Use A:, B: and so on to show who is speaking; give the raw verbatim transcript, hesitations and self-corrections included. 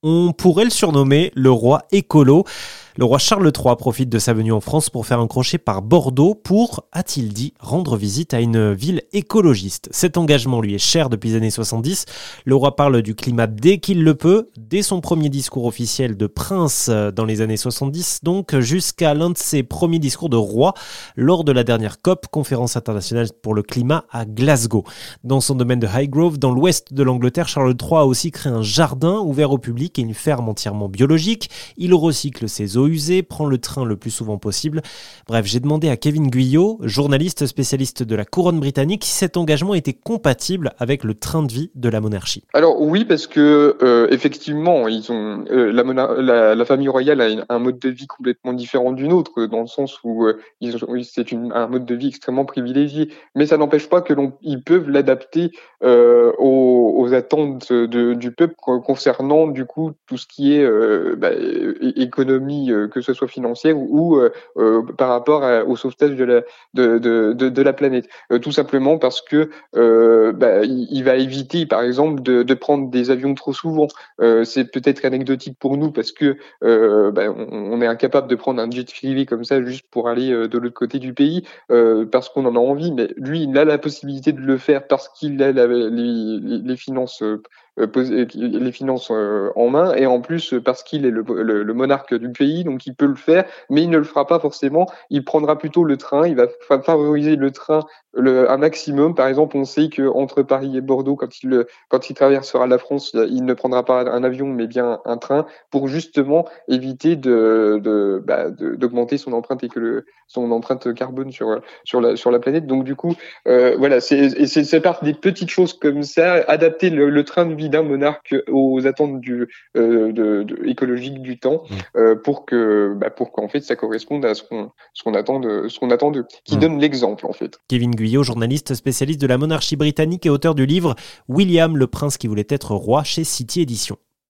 A: On pourrait le surnommer le roi écolo. Le roi Charles trois profite de sa venue en France pour faire un crochet par Bordeaux pour, a-t-il dit, rendre visite à une ville écologiste. Cet engagement lui est cher depuis les années soixante-dix. Le roi parle du climat dès qu'il le peut, dès son premier discours officiel de prince dans les années soixante-dix, donc jusqu'à l'un de ses premiers discours de roi lors de la dernière C O P, conférence internationale pour le climat à Glasgow. Dans son domaine de Highgrove, dans l'ouest de l'Angleterre, Charles trois a aussi créé un jardin ouvert au public et une ferme entièrement biologique. Il recycle ses eaux usées, prend le train le plus souvent possible. Bref, j'ai demandé à Kevin Guyot, journaliste spécialiste de la couronne britannique, si cet engagement était compatible avec le train de vie de la monarchie.
B: Alors oui, parce que euh, effectivement, ils ont euh, la, monar- la, la famille royale a une, un mode de vie complètement différent du nôtre, dans le sens où euh, ils ont, c'est une, un mode de vie extrêmement privilégié. Mais ça n'empêche pas que l'on, ils peuvent l'adapter euh, aux, aux attentes de, du peuple concernant du coup tout ce qui est euh, bah, économie, euh, que ce soit financière ou euh, euh, par rapport à, au sauvetage de la de de de, de la planète. Euh, tout simplement parce que euh, bah, il, il va éviter, par exemple, de, de prendre des avions trop souvent. Euh, c'est peut-être anecdotique pour nous parce que euh, bah, on, on est incapable de prendre un jet privé comme ça juste pour aller euh, de l'autre côté du pays euh, parce qu'on en a envie. Mais lui, il a la possibilité de le faire parce qu'il a la, les, les, les finances. Euh, les finances en main et en plus parce qu'il est le, le, le monarque du pays, donc il peut le faire, mais il ne le fera pas forcément. Il prendra plutôt le train, il va favoriser le train le, un maximum. Par exemple, on sait que entre Paris et Bordeaux, quand il quand il traversera la France, il ne prendra pas un avion, mais bien un train, pour justement éviter de, de, bah, de d'augmenter son empreinte écolo, son empreinte carbone sur sur la sur la planète. Donc du coup, euh, voilà, c'est et c'est, c'est par des petites choses comme ça, adapter le, le train de vie d'un monarque aux attentes du euh, de, de, écologiques du temps, euh, pour que bah, pour qu'en fait ça corresponde à ce qu'on ce qu'on attend de ce qu'on attend de qui mmh. donne l'exemple en fait.
A: Kevin Guyot, journaliste spécialiste de la monarchie britannique et auteur du livre William le prince qui voulait être roi chez City Éditions.